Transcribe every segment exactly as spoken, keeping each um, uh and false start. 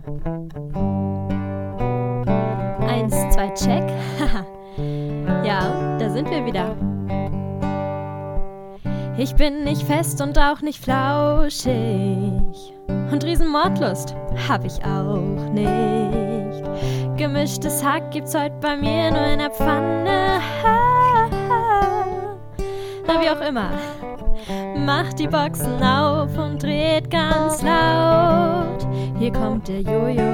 Eins, zwei, check. Ja, da sind wir wieder. Ich bin nicht fest und auch nicht flauschig. Und Riesenmordlust hab ich auch nicht. Gemischtes Hack gibt's heute bei mir nur in der Pfanne. Na, wie auch immer. Macht die Boxen auf und dreht ganz laut. Hier kommt der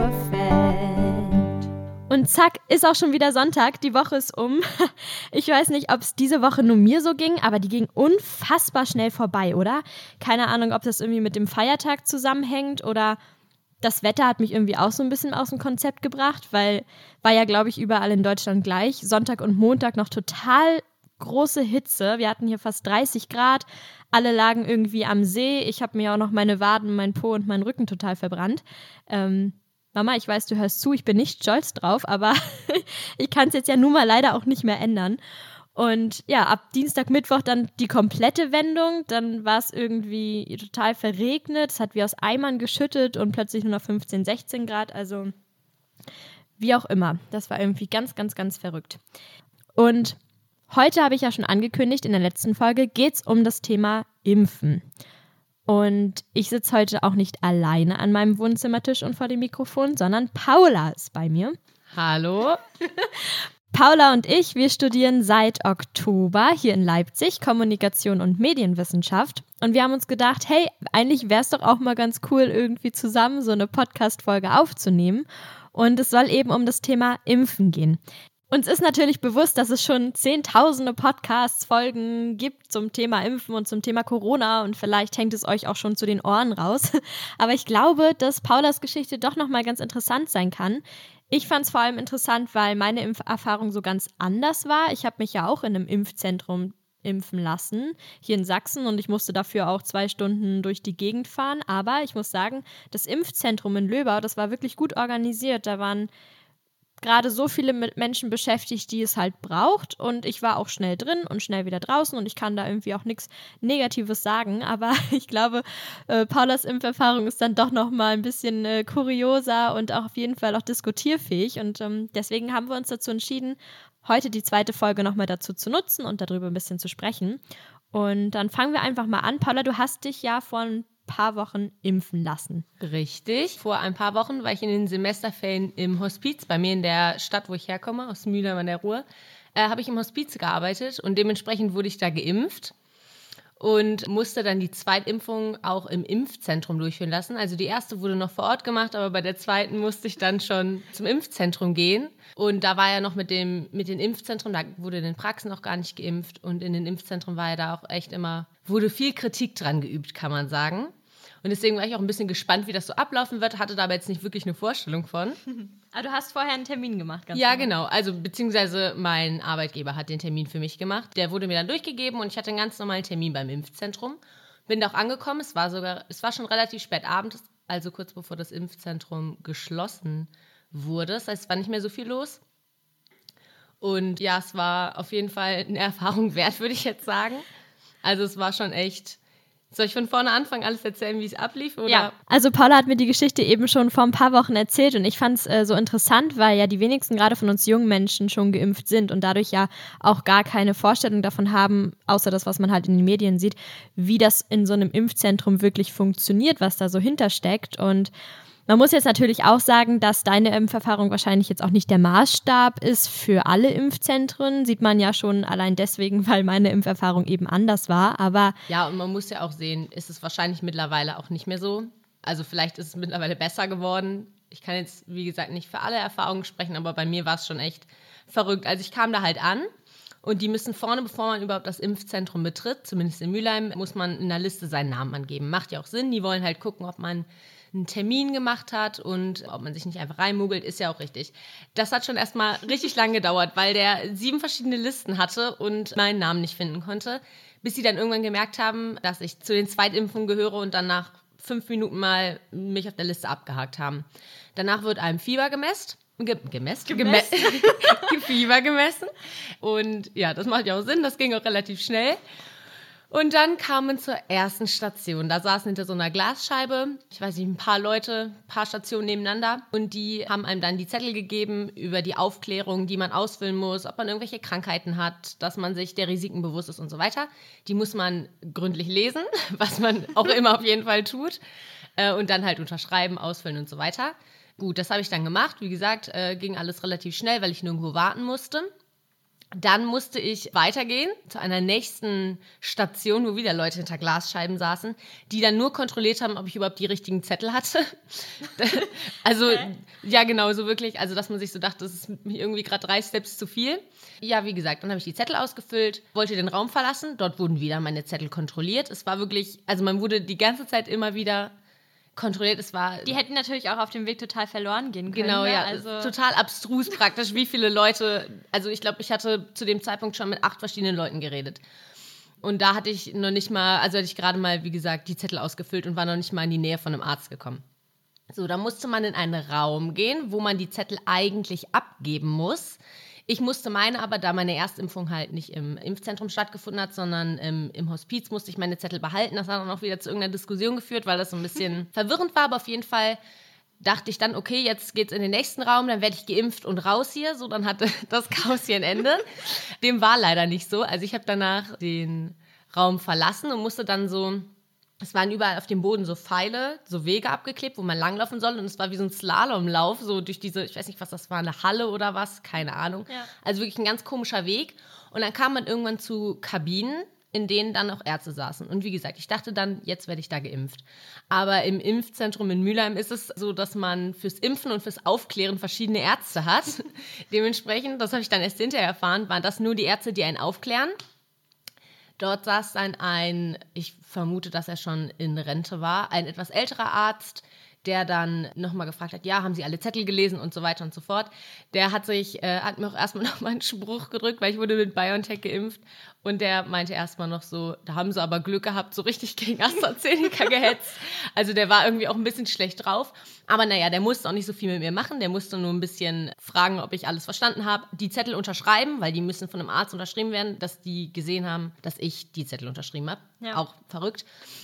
Jojo-Effekt. Und zack, ist auch schon wieder Sonntag, die Woche ist um. Ich weiß nicht, ob es diese Woche nur mir so ging, aber die ging unfassbar schnell vorbei, oder? Keine Ahnung, ob das irgendwie mit dem Feiertag zusammenhängt oder das Wetter hat mich irgendwie auch so ein bisschen aus dem Konzept gebracht, weil war ja, glaube ich, überall in Deutschland gleich. Sonntag und Montag noch total große Hitze. Wir hatten hier fast dreißig Grad. Alle lagen irgendwie am See. Ich habe mir auch noch meine Waden, mein Po und meinen Rücken total verbrannt. Ähm, Mama, ich weiß, du hörst zu, ich bin nicht stolz drauf, aber ich kann es jetzt ja nun mal leider auch nicht mehr ändern. Und ja, ab Dienstag, Mittwoch dann die komplette Wendung. Dann war es irgendwie total verregnet. Es hat wie aus Eimern geschüttet und plötzlich nur noch fünfzehn, sechzehn Grad. Also wie auch immer. Das war irgendwie ganz, ganz, ganz verrückt. Und heute habe ich ja schon angekündigt, in der letzten Folge geht es um das Thema Impfen. Und ich sitze heute auch nicht alleine an meinem Wohnzimmertisch und vor dem Mikrofon, sondern Paula ist bei mir. Hallo. Paula und ich, wir studieren seit Oktober hier in Leipzig Kommunikation und Medienwissenschaft. Und wir haben uns gedacht, hey, eigentlich wäre es doch auch mal ganz cool, irgendwie zusammen so eine Podcast-Folge aufzunehmen. Und es soll eben um das Thema Impfen gehen. Uns ist natürlich bewusst, dass es schon zehntausende Podcasts, Folgen gibt zum Thema Impfen und zum Thema Corona und vielleicht hängt es euch auch schon zu den Ohren raus. Aber ich glaube, dass Paulas Geschichte doch nochmal ganz interessant sein kann. Ich fand es vor allem interessant, weil meine Impferfahrung so ganz anders war. Ich habe mich ja auch in einem Impfzentrum impfen lassen, hier in Sachsen, und ich musste dafür auch zwei Stunden durch die Gegend fahren. Aber ich muss sagen, das Impfzentrum in Löbau, das war wirklich gut organisiert. Da waren gerade so viele Menschen beschäftigt, die es halt braucht, und ich war auch schnell drin und schnell wieder draußen und ich kann da irgendwie auch nichts Negatives sagen, aber ich glaube, äh, Paulas Impferfahrung ist dann doch nochmal ein bisschen äh, kurioser und auch auf jeden Fall auch diskutierfähig, und ähm, deswegen haben wir uns dazu entschieden, heute die zweite Folge nochmal dazu zu nutzen und darüber ein bisschen zu sprechen. Und dann fangen wir einfach mal an. Paula, du hast dich ja vor ein paar Wochen impfen lassen. Richtig. Vor ein paar Wochen war ich in den Semesterferien im Hospiz bei mir in der Stadt, wo ich herkomme, aus Mülheim an der Ruhr. Äh, habe ich im Hospiz gearbeitet und dementsprechend wurde ich da geimpft und musste dann die Zweitimpfung auch im Impfzentrum durchführen lassen. Also die erste wurde noch vor Ort gemacht, aber bei der zweiten musste ich dann schon zum Impfzentrum gehen. Und da war ja noch mit dem mit den Impfzentren, da wurde in den Praxen noch gar nicht geimpft, und in den Impfzentren war ja da auch echt immer, wurde viel Kritik dran geübt, kann man sagen. Und deswegen war ich auch ein bisschen gespannt, wie das so ablaufen wird, hatte da aber jetzt nicht wirklich eine Vorstellung von. Aber du hast vorher einen Termin gemacht, ganz Ja, genau. genau. Also beziehungsweise mein Arbeitgeber hat den Termin für mich gemacht. Der wurde mir dann durchgegeben und ich hatte einen ganz normalen Termin beim Impfzentrum. Bin da auch angekommen. Es war sogar, es war schon relativ spät abends, also kurz bevor das Impfzentrum geschlossen wurde. Das heißt, es war nicht mehr so viel los. Und ja, es war auf jeden Fall eine Erfahrung wert, würde ich jetzt sagen. Also es war schon echt. Soll ich von vorne anfangen, alles erzählen, wie es ablief? Oder? Ja, also Paula hat mir die Geschichte eben schon vor ein paar Wochen erzählt und ich fand es äh, so interessant, weil ja die wenigsten gerade von uns jungen Menschen schon geimpft sind und dadurch ja auch gar keine Vorstellung davon haben, außer das, was man halt in den Medien sieht, wie das in so einem Impfzentrum wirklich funktioniert, was da so hintersteckt. Und man muss jetzt natürlich auch sagen, dass deine Impferfahrung wahrscheinlich jetzt auch nicht der Maßstab ist für alle Impfzentren. Sieht man ja schon allein deswegen, weil meine Impferfahrung eben anders war. Aber ja, und man muss ja auch sehen, ist es wahrscheinlich mittlerweile auch nicht mehr so. Also vielleicht ist es mittlerweile besser geworden. Ich kann jetzt, wie gesagt, nicht für alle Erfahrungen sprechen, aber bei mir war es schon echt verrückt. Also ich kam da halt an und die müssen vorne, bevor man überhaupt das Impfzentrum betritt, zumindest in Mülheim, muss man in der Liste seinen Namen angeben. Macht ja auch Sinn. Die wollen halt gucken, ob man einen Termin gemacht hat und ob man sich nicht einfach reinmogelt, ist ja auch richtig. Das hat schon erstmal richtig lang gedauert, weil der sieben verschiedene Listen hatte und meinen Namen nicht finden konnte, bis sie dann irgendwann gemerkt haben, dass ich zu den Zweitimpfungen gehöre und dann nach fünf Minuten mal mich auf der Liste abgehakt haben. Danach wird einem Fieber gemessen. Ge- gemessen? Gemessen. Gem- Fieber gemessen. Und ja, das macht ja auch Sinn, das ging auch relativ schnell. Und dann kamen wir zur ersten Station. Da saßen hinter so einer Glasscheibe, ich weiß nicht, ein paar Leute, ein paar Stationen nebeneinander. Und die haben einem dann die Zettel gegeben über die Aufklärung, die man ausfüllen muss, ob man irgendwelche Krankheiten hat, dass man sich der Risiken bewusst ist und so weiter. Die muss man gründlich lesen, was man auch immer auf jeden Fall tut. Und dann halt unterschreiben, ausfüllen und so weiter. Gut, das habe ich dann gemacht. Wie gesagt, ging alles relativ schnell, weil ich nirgendwo warten musste. Dann musste ich weitergehen zu einer nächsten Station, wo wieder Leute hinter Glasscheiben saßen, die dann nur kontrolliert haben, ob ich überhaupt die richtigen Zettel hatte. Also, okay. Ja, genau, so wirklich. Also, dass man sich so dachte, das ist irgendwie gerade drei Steps zu viel. Ja, wie gesagt, dann habe ich die Zettel ausgefüllt, wollte den Raum verlassen. Dort wurden wieder meine Zettel kontrolliert. Es war wirklich, also man wurde die ganze Zeit immer wieder kontrolliert. Es war, die hätten natürlich auch auf dem Weg total verloren gehen können. Genau, ne? ja. Also total abstrus praktisch, wie viele Leute, also ich glaube, ich hatte zu dem Zeitpunkt schon mit acht verschiedenen Leuten geredet. Und da hatte ich noch nicht mal, also hatte ich gerade mal, wie gesagt, die Zettel ausgefüllt und war noch nicht mal in die Nähe von einem Arzt gekommen. So, da musste man in einen Raum gehen, wo man die Zettel eigentlich abgeben muss. Ich musste meine aber, da meine Erstimpfung halt nicht im Impfzentrum stattgefunden hat, sondern im, im Hospiz, musste ich meine Zettel behalten. Das hat dann auch wieder zu irgendeiner Diskussion geführt, weil das so ein bisschen verwirrend war. Aber auf jeden Fall dachte ich dann, okay, jetzt geht's in den nächsten Raum, dann werde ich geimpft und raus hier. So, dann hatte das Chaos hier ein Ende. Dem war leider nicht so. Also ich habe danach den Raum verlassen und musste dann so... Es waren überall auf dem Boden so Pfeile, so Wege abgeklebt, wo man langlaufen soll. Und es war wie so ein Slalomlauf, so durch diese, ich weiß nicht, was das war, eine Halle oder was, keine Ahnung. Ja. Also wirklich ein ganz komischer Weg. Und dann kam man irgendwann zu Kabinen, in denen dann auch Ärzte saßen. Und wie gesagt, ich dachte dann, jetzt werde ich da geimpft. Aber im Impfzentrum in Mülheim ist es so, dass man fürs Impfen und fürs Aufklären verschiedene Ärzte hat. Dementsprechend, das habe ich dann erst hinterher erfahren, waren das nur die Ärzte, die einen aufklären. Dort saß dann ein, ich vermute, dass er schon in Rente war, ein etwas älterer Arzt, der dann nochmal gefragt hat, ja, haben Sie alle Zettel gelesen und so weiter und so fort. Der hat sich, äh, hat mir auch erstmal nochmal einen Spruch gedrückt, weil ich wurde mit BioNTech geimpft und der meinte erstmal noch so, da haben sie aber Glück gehabt, so richtig gegen AstraZeneca gehetzt. Also der war irgendwie auch ein bisschen schlecht drauf. Aber naja, der musste auch nicht so viel mit mir machen, der musste nur ein bisschen fragen, ob ich alles verstanden habe, die Zettel unterschreiben, weil die müssen von einem Arzt unterschrieben werden, dass die gesehen haben, dass ich die Zettel unterschrieben habe. Ja. Auch verrückt.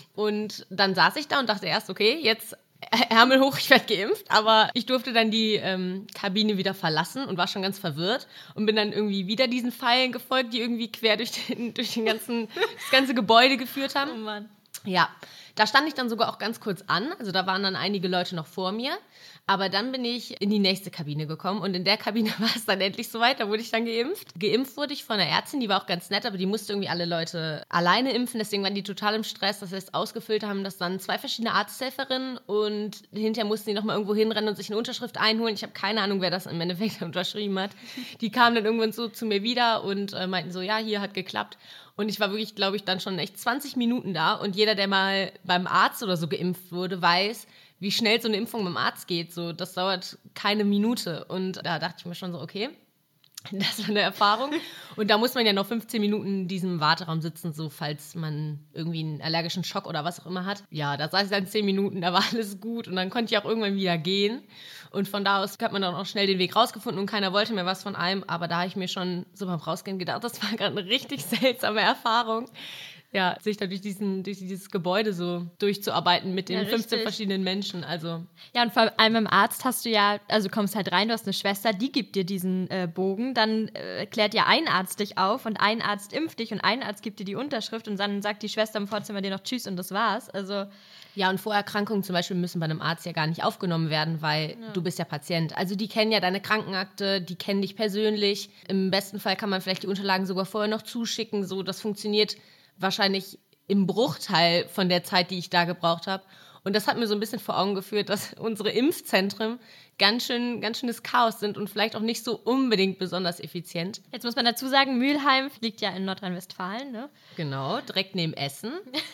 Und dann saß ich da und dachte erst, okay, jetzt Ärmel hoch, ich werde geimpft, aber ich durfte dann die ähm, Kabine wieder verlassen und war schon ganz verwirrt und bin dann irgendwie wieder diesen Pfeilen gefolgt, die irgendwie quer durch, den, durch den ganzen, das ganze Gebäude geführt haben. Oh Mann. Ja, da stand ich dann sogar auch ganz kurz an, also da waren dann einige Leute noch vor mir, aber dann bin ich in die nächste Kabine gekommen und in der Kabine war es dann endlich soweit, da wurde ich dann geimpft. Geimpft wurde ich von einer Ärztin, die war auch ganz nett, aber die musste irgendwie alle Leute alleine impfen, deswegen waren die total im Stress, das heißt, ausgefüllt haben das dann zwei verschiedene Arzthelferinnen und hinterher mussten die nochmal irgendwo hinrennen und sich eine Unterschrift einholen. Ich habe keine Ahnung, wer das im Endeffekt unterschrieben hat. Die kamen dann irgendwann so zu mir wieder und äh, meinten so, ja, hier hat geklappt. Und ich war wirklich, glaube ich, dann schon echt zwanzig Minuten da. Und jeder, der mal beim Arzt oder so geimpft wurde, weiß, wie schnell so eine Impfung beim Arzt geht. So, das dauert keine Minute. Und da dachte ich mir schon so, okay, das war eine Erfahrung. Und da muss man ja noch fünfzehn Minuten in diesem Warteraum sitzen, so falls man irgendwie einen allergischen Schock oder was auch immer hat. Ja, da saß ich dann zehn Minuten, da war alles gut. Und dann konnte ich auch irgendwann wieder gehen. Und von da aus hat man dann auch schnell den Weg rausgefunden und keiner wollte mehr was von einem. Aber da habe ich mir schon so beim Rausgehen gedacht, das war gerade eine richtig seltsame Erfahrung. Ja, sich da durch, diesen, durch dieses Gebäude so durchzuarbeiten mit den ja, fünfzehn verschiedenen Menschen. Also. Ja, und vor allem im Arzt hast du ja, also kommst halt rein, du hast eine Schwester, die gibt dir diesen äh, Bogen, dann äh, klärt ja ein Arzt dich auf und ein Arzt impft dich und ein Arzt gibt dir die Unterschrift und dann sagt die Schwester im Vorzimmer dir noch Tschüss und das war's. Also ja, und Vorerkrankungen zum Beispiel müssen bei einem Arzt ja gar nicht aufgenommen werden, weil ja. du bist ja Patient. Also die kennen ja deine Krankenakte, die kennen dich persönlich. Im besten Fall kann man vielleicht die Unterlagen sogar vorher noch zuschicken. So, das funktioniert wahrscheinlich im Bruchteil von der Zeit, die ich da gebraucht habe. Und das hat mir so ein bisschen vor Augen geführt, dass unsere Impfzentren ganz schön, ganz schönes Chaos sind und vielleicht auch nicht so unbedingt besonders effizient. Jetzt muss man dazu sagen, Mülheim liegt ja in Nordrhein-Westfalen, ne? Genau, direkt neben Essen.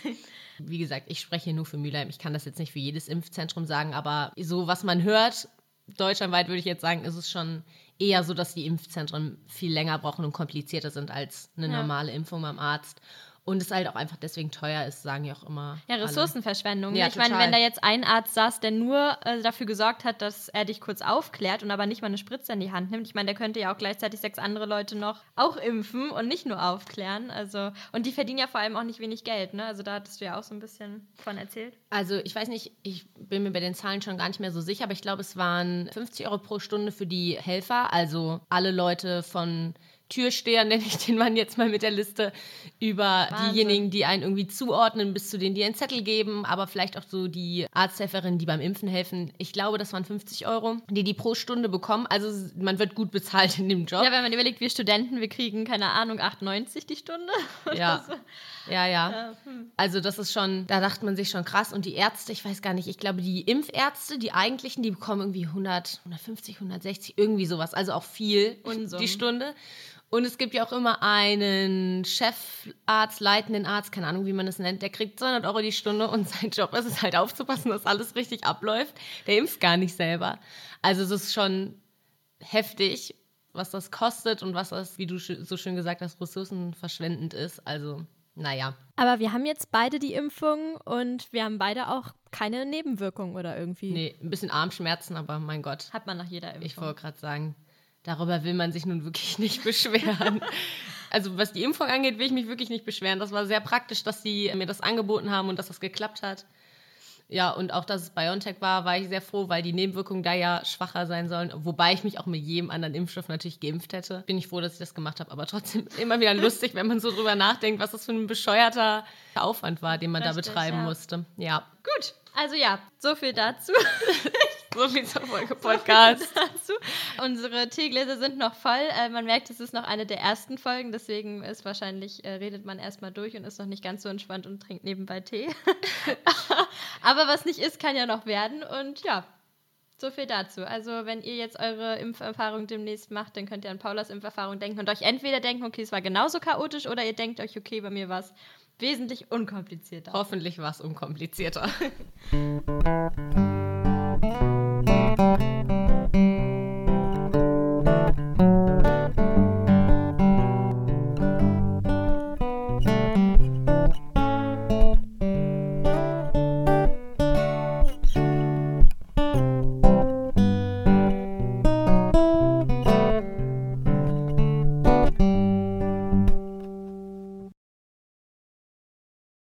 Wie gesagt, ich spreche nur für Mülheim. Ich kann das jetzt nicht für jedes Impfzentrum sagen, aber so, was man hört, deutschlandweit würde ich jetzt sagen, ist es schon eher so, dass die Impfzentren viel länger brauchen und komplizierter sind als eine ja. normale Impfung beim Arzt. Und es halt auch einfach deswegen teuer ist, sagen ja auch immer Ja, alle. Ressourcenverschwendung. Ja, ich meine, total. wenn da jetzt ein Arzt saß, der nur äh, dafür gesorgt hat, dass er dich kurz aufklärt und aber nicht mal eine Spritze in die Hand nimmt, ich meine, der könnte ja auch gleichzeitig sechs andere Leute noch auch impfen und nicht nur aufklären. Also, und die verdienen ja vor allem auch nicht wenig Geld, ne? Also da hattest du ja auch so ein bisschen von erzählt. Also ich weiß nicht, ich bin mir bei den Zahlen schon gar nicht mehr so sicher, aber ich glaube, es waren fünfzig Euro pro Stunde für die Helfer, also alle Leute von Türsteher, nenne ich den Mann jetzt mal mit der Liste, über Wahnsinn. diejenigen, die einen irgendwie zuordnen, bis zu denen, die einen Zettel geben, aber vielleicht auch so die Arzthelferinnen, die beim Impfen helfen. Ich glaube, das waren fünfzig Euro, die die pro Stunde bekommen. Also man wird gut bezahlt in dem Job. Ja, wenn man überlegt, wir Studenten, wir kriegen, keine Ahnung, acht neunzig die Stunde. Ja. So. Ja, ja. Ja, hm. Also das ist schon, da dachte man sich schon krass. Und die Ärzte, ich weiß gar nicht, ich glaube, die Impfärzte, die eigentlichen, die bekommen irgendwie hundert, hundertfünfzig, hundertsechzig, irgendwie sowas. Also auch viel Unsummen. die Stunde. Und es gibt ja auch immer einen Chefarzt, leitenden Arzt, keine Ahnung, wie man das nennt, der kriegt zweihundert Euro die Stunde und sein Job ist es halt aufzupassen, dass alles richtig abläuft. Der impft gar nicht selber. Also es ist schon heftig, was das kostet und was das, wie du so schön gesagt hast, ressourcenverschwendend ist. Also, naja. Aber wir haben jetzt beide die Impfung und wir haben beide auch keine Nebenwirkungen oder irgendwie. Nee, ein bisschen Armschmerzen, aber mein Gott. Hat man nach jeder Impfung. Ich wollte gerade sagen, darüber will man sich nun wirklich nicht beschweren. Also was die Impfung angeht, will ich mich wirklich nicht beschweren. Das war sehr praktisch, dass sie mir das angeboten haben und dass das geklappt hat. Ja, und auch, dass es BioNTech war, war ich sehr froh, weil die Nebenwirkungen da ja schwacher sein sollen. Wobei ich mich auch mit jedem anderen Impfstoff natürlich geimpft hätte. Bin ich froh, dass ich das gemacht habe. Aber trotzdem immer wieder lustig, wenn man so drüber nachdenkt, was das für ein bescheuerter Aufwand war, den man Richtig, da betreiben ja. musste. Ja. Gut, also ja, so viel dazu. So viel zur Folge Podcast. dazu. Unsere Teegläser sind noch voll. Äh, man merkt, es ist noch eine der ersten Folgen, deswegen ist wahrscheinlich, äh, redet man erstmal durch und ist noch nicht ganz so entspannt und trinkt nebenbei Tee. Aber was nicht ist, kann ja noch werden. Und ja, so viel dazu. Also wenn ihr jetzt eure Impferfahrung demnächst macht, dann könnt ihr an Paulas Impferfahrung denken und euch entweder denken, okay, es war genauso chaotisch, oder ihr denkt euch, okay, bei mir war es wesentlich unkomplizierter. Hoffentlich war es unkomplizierter.